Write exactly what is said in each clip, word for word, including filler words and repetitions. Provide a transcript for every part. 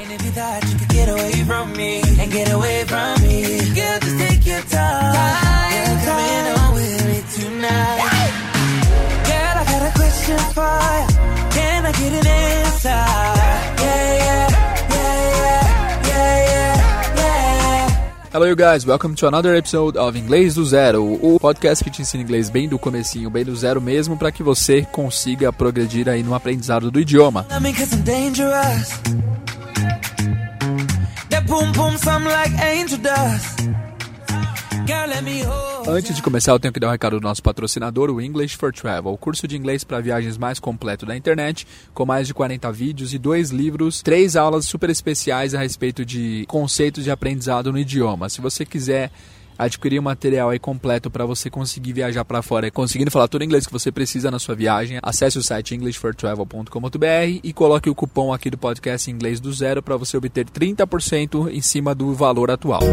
And if you thought you could get away from me and get away from me, girl, just take your time. You're coming on with me tonight. Girl, I got a question for you. Can I get an answer? Yeah, yeah, yeah, yeah, yeah, yeah, yeah. Hello you guys, welcome to another episode of Inglês do Zero, o podcast que te ensina inglês bem do comecinho, bem do zero mesmo, para que você consiga progredir aí no aprendizado do idioma. Antes de começar, eu tenho que dar um recado do nosso patrocinador, o English for Travel, o curso de inglês para viagens mais completo da internet, com mais de quarenta vídeos e dois livros, três aulas super especiais a respeito de conceitos de aprendizado no idioma. Se você quiser adquirir um material aí completo para você conseguir viajar para fora e conseguindo falar todo o inglês que você precisa na sua viagem, acesse o site english for travel ponto com ponto b r e coloque o cupom aqui do podcast Inglês do Zero para você obter trinta por cento em cima do valor atual.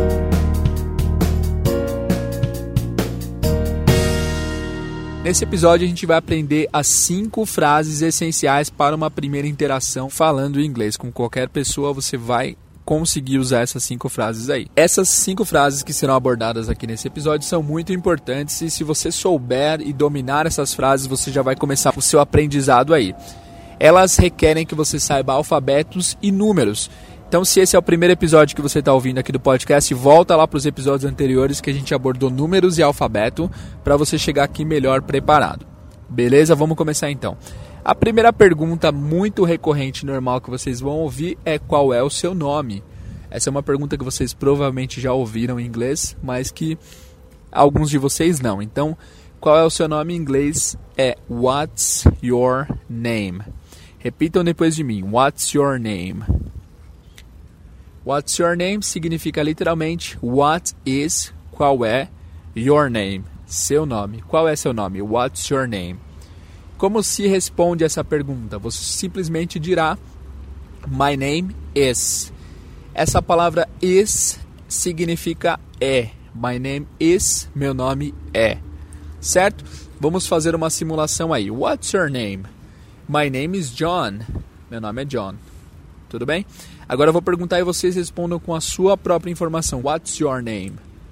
Nesse episódio a gente vai aprender as cinco frases essenciais para uma primeira interação falando inglês. Com qualquer pessoa você vai conseguir usar essas cinco frases aí. Essas cinco frases que serão abordadas aqui nesse episódio são muito importantes e se você souber e dominar essas frases, você já vai começar o seu aprendizado aí. Elas requerem que você saiba alfabetos e números. Então, se esse é o primeiro episódio que você está ouvindo aqui do podcast, volta lá para os episódios anteriores que a gente abordou números e alfabeto para você chegar aqui melhor preparado. Beleza? Vamos começar então. A primeira pergunta muito recorrente e normal que vocês vão ouvir é qual é o seu nome? Essa é uma pergunta que vocês provavelmente já ouviram em inglês, mas que alguns de vocês não. Então, qual é o seu nome em inglês? É What's your name? Repitam depois de mim. What's your name? What's your name significa literalmente what is, qual é, your name, seu nome. Qual é seu nome? What's your name? Como se responde essa pergunta? Você simplesmente dirá my name is. Essa palavra is significa é. My name is, meu nome é. Certo? Vamos fazer uma simulação aí. What's your name? My name is John. Meu nome é John. Tudo bem? Agora eu vou perguntar e vocês respondam com a sua própria informação. What's your name?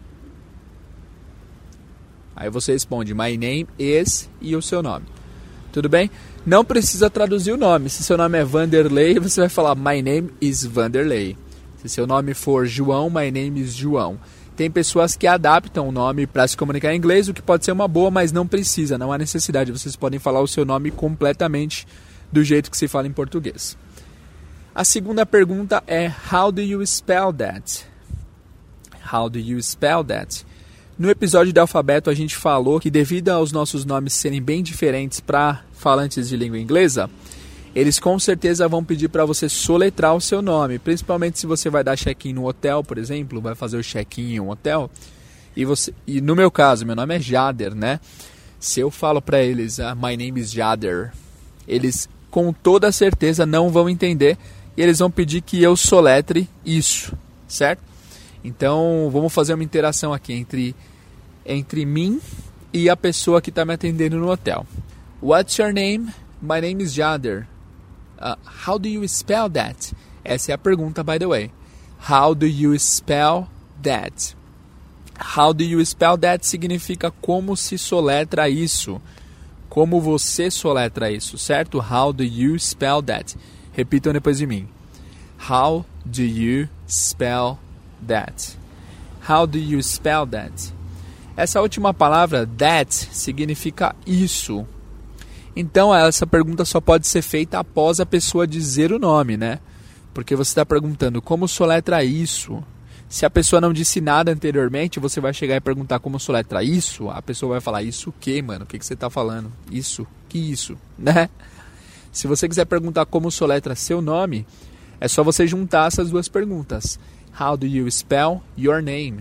Aí você responde my name is e o seu nome. Tudo bem? Não precisa traduzir o nome. Se seu nome é Vanderlei, você vai falar my name is Vanderlei. Se seu nome for João, my name is João. Tem pessoas que adaptam o nome para se comunicar em inglês, o que pode ser uma boa, mas não precisa, não há necessidade. Vocês podem falar o seu nome completamente do jeito que se fala em português. A segunda pergunta é how do you spell that? How do you spell that? No episódio de alfabeto a gente falou que devido aos nossos nomes serem bem diferentes para falantes de língua inglesa, eles com certeza vão pedir para você soletrar o seu nome, principalmente se você vai dar check-in no hotel, por exemplo, vai fazer o check-in em um hotel, e, você, e no meu caso, meu nome é Jader, né? Se eu falo para eles, ah, my name is Jader, eles com toda certeza não vão entender e eles vão pedir que eu soletre isso, certo? Então, vamos fazer uma interação aqui entre, entre mim e a pessoa que está me atendendo no hotel. What's your name? My name is Jader. Uh, how do you spell that? Essa é a pergunta, by the way. How do you spell that? How do you spell that significa como se soletra isso. Como você soletra isso, certo? How do you spell that? Repitam depois de mim. How do you spell that? How do you spell that? Essa última palavra, that, significa isso. Então, essa pergunta só pode ser feita após a pessoa dizer o nome, né? Porque você está perguntando como soletra isso. Se a pessoa não disse nada anteriormente, você vai chegar e perguntar como soletra isso. A pessoa vai falar, isso o quê, mano? O que, que você está falando? Isso? Que isso? Né? Se você quiser perguntar como soletra seu nome, é só você juntar essas duas perguntas. How do you spell your name?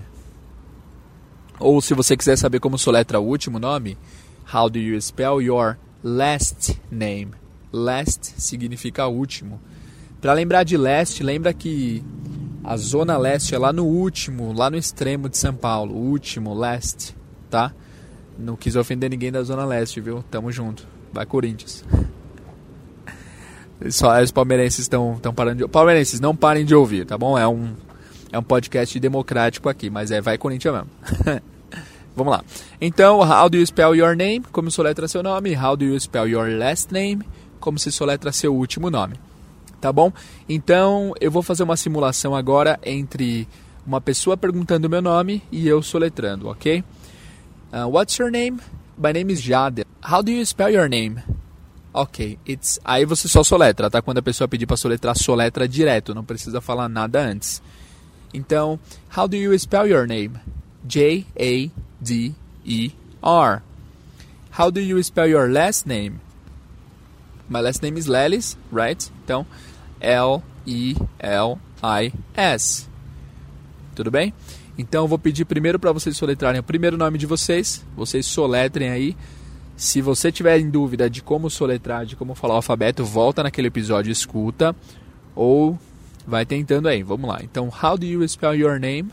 Ou se você quiser saber como soletra o último nome, how do you spell your last name? Last significa último. Para lembrar de leste, lembra que a zona leste é lá no último, lá no extremo de São Paulo. Último, leste, tá? Não quis ofender ninguém da zona leste, viu? Tamo junto. Vai, Corinthians. Só os palmeirenses estão parando de... Palmeirenses, não parem de ouvir, tá bom? É um, é um podcast democrático aqui, mas é vai Corinthians mesmo. Vamos lá. Então, how do you spell your name? Como soletra seu nome. How do you spell your last name? Como se soletra seu último nome. Tá bom? Então, eu vou fazer uma simulação agora entre uma pessoa perguntando o meu nome e eu soletrando, ok? Uh, what's your name? My name is Jade. How do you spell your name? Ok, it's... Aí você só soletra, tá? Quando a pessoa pedir para soletrar, soletra direto. Não precisa falar nada antes. Então, how do you spell your name? J A D E R. How do you spell your last name? My last name is Lelis, right? Então, L E L I S. Tudo bem? Então, eu vou pedir primeiro para vocês soletrarem o primeiro nome de vocês. Vocês soletrem aí. Se você tiver em dúvida de como soletrar, de como falar o alfabeto, volta naquele episódio e escuta. Ou vai tentando aí. Vamos lá. Então, how do you spell your name?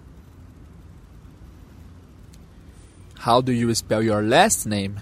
How do you spell your last name?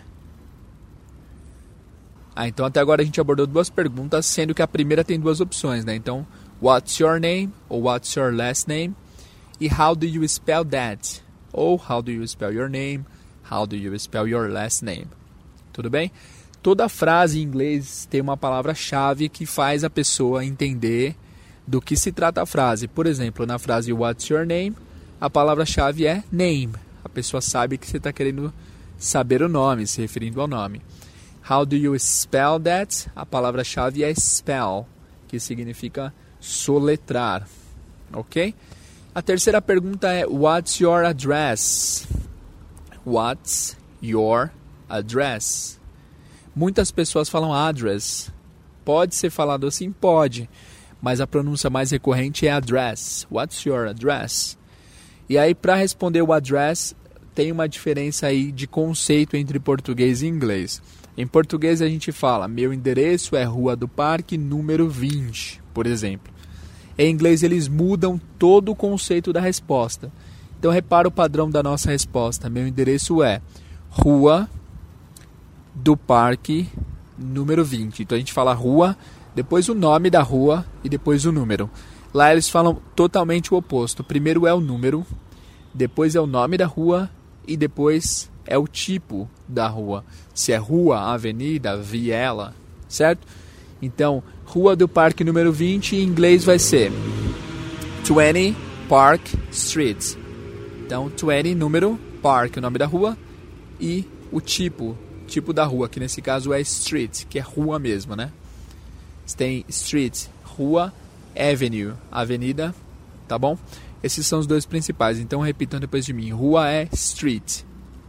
Ah, então até agora a gente abordou duas perguntas, sendo que a primeira tem duas opções, né? Então, what's your name? Ou what's your last name? E how do you spell that? Ou how do you spell your name? How do you spell your last name? Tudo bem? Toda frase em inglês tem uma palavra-chave que faz a pessoa entender do que se trata a frase. Por exemplo, na frase what's your name? A palavra-chave é name. A pessoa sabe que você está querendo saber o nome, se referindo ao nome. How do you spell that? A palavra-chave é spell, que significa soletrar. Ok? A terceira pergunta é what's your address? What's your address? Muitas pessoas falam address. Pode ser falado assim? Pode. Mas a pronúncia mais recorrente é address. What's your address? E aí, para responder o address, tem uma diferença aí de conceito entre português e inglês. Em português a gente fala, meu endereço é Rua do Parque, número vinte, por exemplo. Em inglês eles mudam todo o conceito da resposta. Então repara o padrão da nossa resposta. Meu endereço é Rua do Parque, número vinte. Então a gente fala rua, depois o nome da rua e depois o número. Lá eles falam totalmente o oposto. Primeiro é o número, depois é o nome da rua e depois é o tipo da rua. Se é rua, avenida, viela, certo? Então, Rua do Parque número vinte, em inglês vai ser vinte Park Street. Então, vinte, número, Park, o nome da rua, e o tipo, tipo da rua, que nesse caso é street, que é rua mesmo, né? Você tem street, rua, avenue, avenida, tá bom? Esses são os dois principais, então repitam depois de mim. Rua é street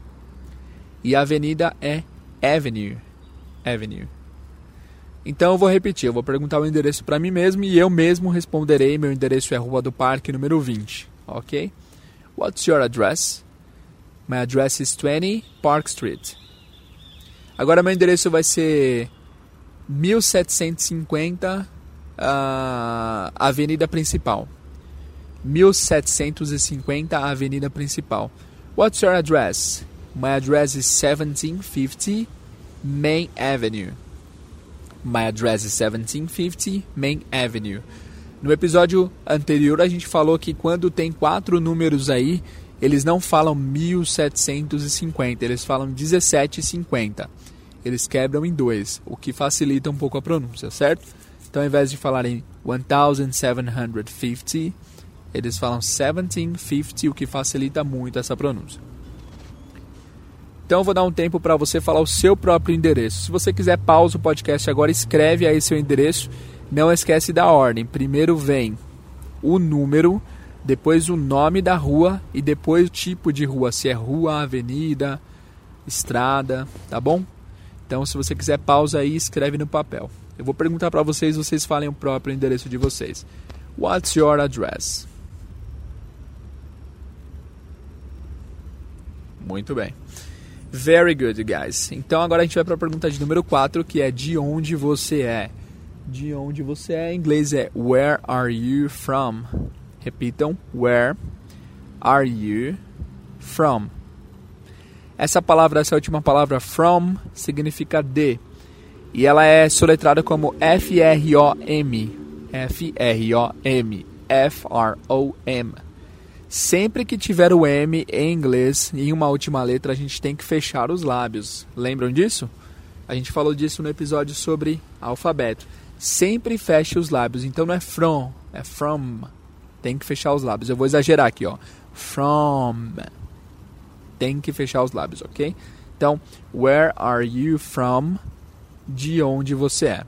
e avenida é avenue, avenue. Então eu vou repetir, eu vou perguntar o endereço para mim mesmo e eu mesmo responderei. Meu endereço é Rua do Parque número vinte, ok? What's your address? My address is vinte Park Street. Agora meu endereço vai ser mil setecentos e cinquenta uh, Avenida Principal. mil setecentos e cinquenta Avenida Principal. What's your address? My address is seventeen fifty Main Avenue. My address is seventeen fifty Main Avenue. No episódio anterior a gente falou que quando tem quatro números aí, eles não falam mil setecentos e cinquenta, eles falam dezessete cinquenta. Eles quebram em dois, o que facilita um pouco a pronúncia, certo? Então ao invés de falarem seventeen fifty, eles falam seventeen fifty, o que facilita muito essa pronúncia. Então eu vou dar um tempo para você falar o seu próprio endereço. Se você quiser, pausa o podcast agora, escreve aí seu endereço. Não esquece da ordem. Primeiro vem o número, depois o nome da rua e depois o tipo de rua. Se é rua, avenida, estrada, tá bom? Então se você quiser, pausa aí e escreve no papel. Eu vou perguntar para vocês, vocês falem o próprio endereço de vocês. What's your address? Muito bem. Very good, guys. Então agora a gente vai para a pergunta de número quatro, que é de onde você é. De onde você é, em inglês é where are you from? Repitam, where are you from? Essa palavra, essa última palavra from, significa de. E ela é soletrada como F R O M. F R O M. F R O M. Sempre que tiver o M em inglês, em uma última letra, a gente tem que fechar os lábios. Lembram disso? A gente falou disso no episódio sobre alfabeto. Sempre feche os lábios. Então não é from, é from. Tem que fechar os lábios. Eu vou exagerar aqui, ó. From. Tem que fechar os lábios, ok? Então, where are you from? De onde você é.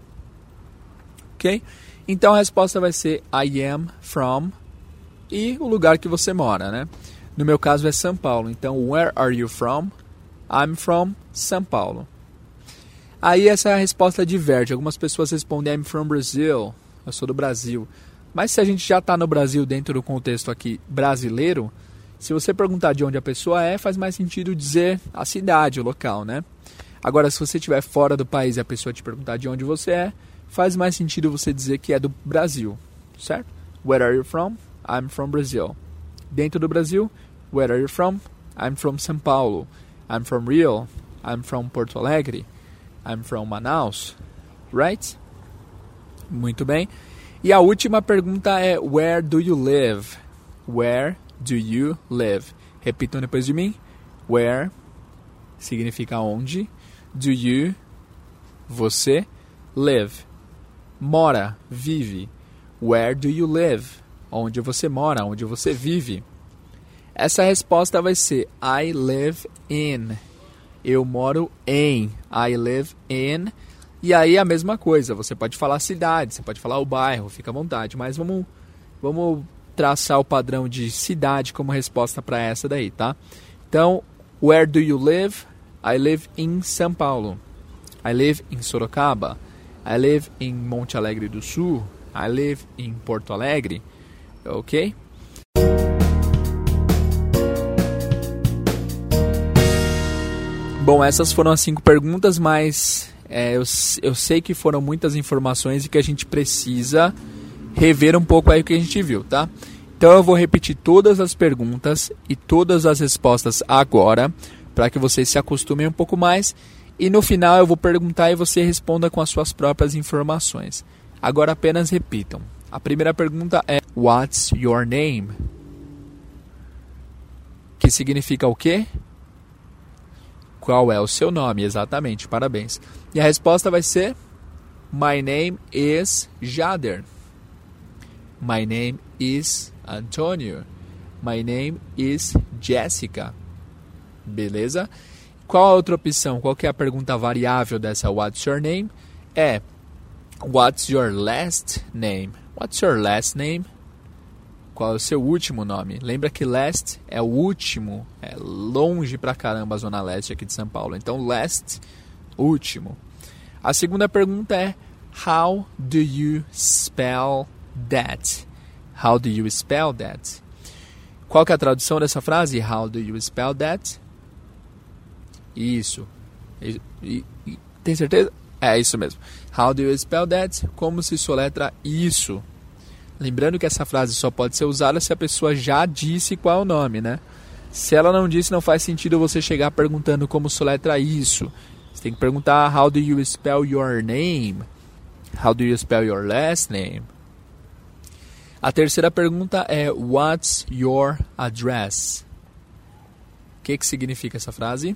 Ok? Então a resposta vai ser I am from e o lugar que você mora, né? No meu caso é São Paulo. Então, where are you from? I'm from São Paulo. Aí essa é a resposta diverte. Algumas pessoas respondem I'm from Brazil. Eu sou do Brasil. Mas se a gente já está no Brasil dentro do contexto aqui brasileiro, se você perguntar de onde a pessoa é, faz mais sentido dizer a cidade, o local, né? Agora, se você estiver fora do país e a pessoa te perguntar de onde você é, faz mais sentido você dizer que é do Brasil, certo? Where are you from? I'm from Brazil. Dentro do Brasil, where are you from? I'm from São Paulo. I'm from Rio. I'm from Porto Alegre. I'm from Manaus. Right? Muito bem. E a última pergunta é where do you live? Where do you live? Repitam depois de mim. Where significa onde. Do you, você, live, mora, vive. Where do you live? Onde você mora, onde você vive. Essa resposta vai ser I live in. Eu moro em. I live in. E aí a mesma coisa, você pode falar a cidade, você pode falar o bairro, fica à vontade. Mas vamos, vamos traçar o padrão de cidade como resposta para essa daí, tá? Então, where do you live? I live in São Paulo. I live in Sorocaba. I live in Monte Alegre do Sul. I live in Porto Alegre. Ok? Bom, essas foram as cinco perguntas, mas é, eu, eu sei que foram muitas informações e que a gente precisa rever um pouco aí o que a gente viu, tá? Então eu vou repetir todas as perguntas e todas as respostas agora, para que vocês se acostumem um pouco mais. E no final eu vou perguntar e você responda com as suas próprias informações. Agora apenas repitam. A primeira pergunta é What's your name? Que significa o quê? Qual é o seu nome? Exatamente, parabéns. E a resposta vai ser My name is Jader. My name is Antonio. My name is Jessica. Beleza? Qual a outra opção? Qual que é a pergunta variável dessa What's your name? É What's your last name? What's your last name? Qual é o seu último nome? Lembra que last é o último. É longe pra caramba a zona leste aqui de São Paulo. Então last, último. A segunda pergunta é How do you spell that? How do you spell that? Qual que é a tradução dessa frase? How do you spell that? Isso. E, e, e, tem certeza? É isso mesmo. How do you spell that? Como se soletra isso? Lembrando que essa frase só pode ser usada se a pessoa já disse qual é o nome, né? Se ela não disse, não faz sentido você chegar perguntando como soletra isso. Você tem que perguntar How do you spell your name? How do you spell your last name? A terceira pergunta é What's your address? O que, que significa essa frase?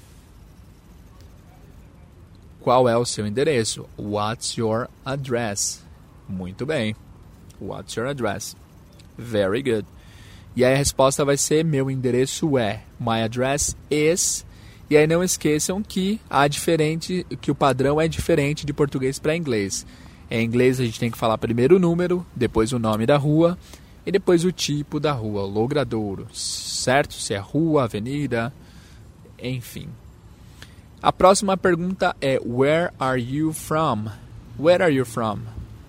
Qual é o seu endereço? What's your address? Muito bem. What's your address? Very good. E aí a resposta vai ser meu endereço é. My address is. E aí não esqueçam que há diferente, que o padrão é diferente de português para inglês. Em inglês a gente tem que falar primeiro o número, depois o nome da rua e depois o tipo da rua, logradouro, certo? Se é rua, avenida, enfim. A próxima pergunta é Where are you from? Where are you from?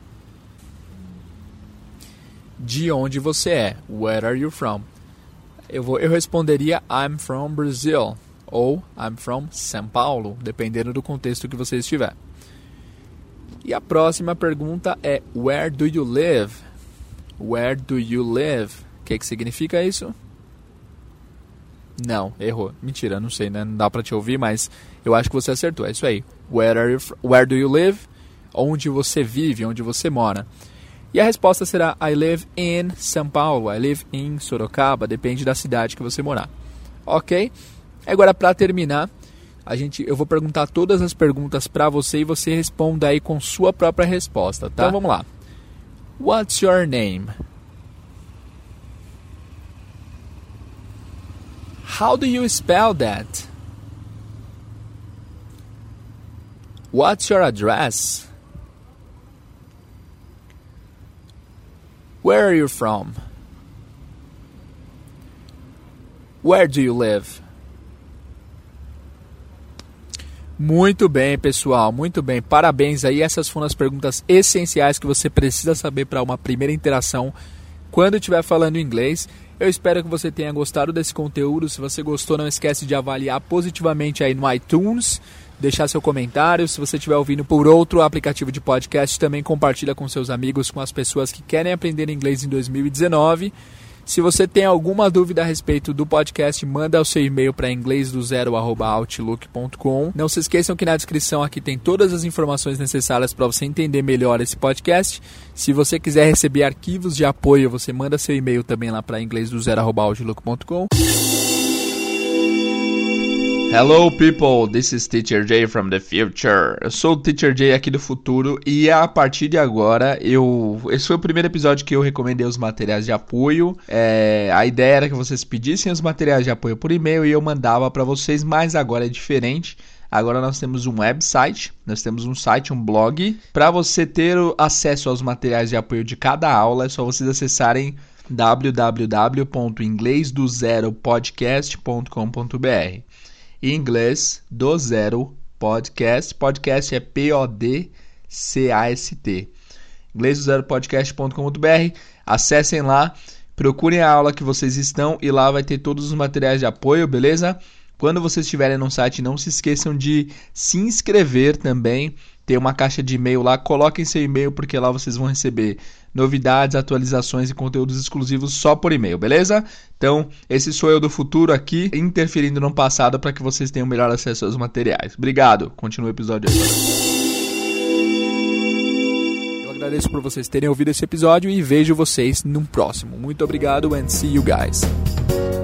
De onde você é? Where are you from? Eu, vou, eu responderia I'm from Brazil ou I'm from São Paulo, dependendo do contexto que você estiver. E a próxima pergunta é Where do you live? Where do you live? O que, que significa isso? Não, errou. Mentira, não sei, né? Não dá pra te ouvir, mas eu acho que você acertou. É isso aí. Where, are you fr- Where do you live? Onde você vive, onde você mora. E a resposta será I live in São Paulo, I live in Sorocaba, depende da cidade que você morar. Ok? Agora, para terminar, a gente, eu vou perguntar todas as perguntas para você e você responda aí com sua própria resposta, tá? Então vamos lá. What's your name? How do you spell that? What's your address? Where are you from? Where do you live? Muito bem, pessoal, muito bem. Parabéns aí, essas foram as perguntas essenciais que você precisa saber para uma primeira interação quando estiver falando inglês. Eu espero que você tenha gostado desse conteúdo. Se você gostou, não esquece de avaliar positivamente aí no iTunes, deixar seu comentário. Se você estiver ouvindo por outro aplicativo de podcast, também compartilha com seus amigos, com as pessoas que querem aprender inglês em dois mil e dezenove. Se você tem alguma dúvida a respeito do podcast, manda o seu e-mail para inglês do zero arroba outlook ponto com. Não se esqueçam que na descrição aqui tem todas as informações necessárias para você entender melhor esse podcast. Se você quiser receber arquivos de apoio, você manda seu e-mail também lá para inglês do zero arroba outlook ponto com. Hello people, this is Teacher Jay from the future. Eu sou o Teacher Jay aqui do futuro e a partir de agora, eu... esse foi o primeiro episódio que eu recomendei os materiais de apoio. É... A ideia era que vocês pedissem os materiais de apoio por e-mail e eu mandava para vocês, mas agora é diferente. Agora nós temos um website, nós temos um site, um blog. Para você ter acesso aos materiais de apoio de cada aula, é só vocês acessarem w w w ponto inglês do zero podcast ponto com ponto b r. Inglês do Zero Podcast. Podcast é P O D C A S T. inglês do zero podcast ponto com ponto b r. Acessem lá, procurem a aula que vocês estão e lá vai ter todos os materiais de apoio, beleza? Quando vocês estiverem no site, não se esqueçam de se inscrever também. Tem uma caixa de e-mail lá, coloquem seu e-mail porque lá vocês vão receber novidades, atualizações e conteúdos exclusivos só por e-mail, beleza? Então, esse sou eu do futuro aqui, interferindo no passado para que vocês tenham melhor acesso aos materiais. Obrigado, continua o episódio aí. Eu agradeço por vocês terem ouvido esse episódio e vejo vocês num próximo. Muito obrigado and see you guys.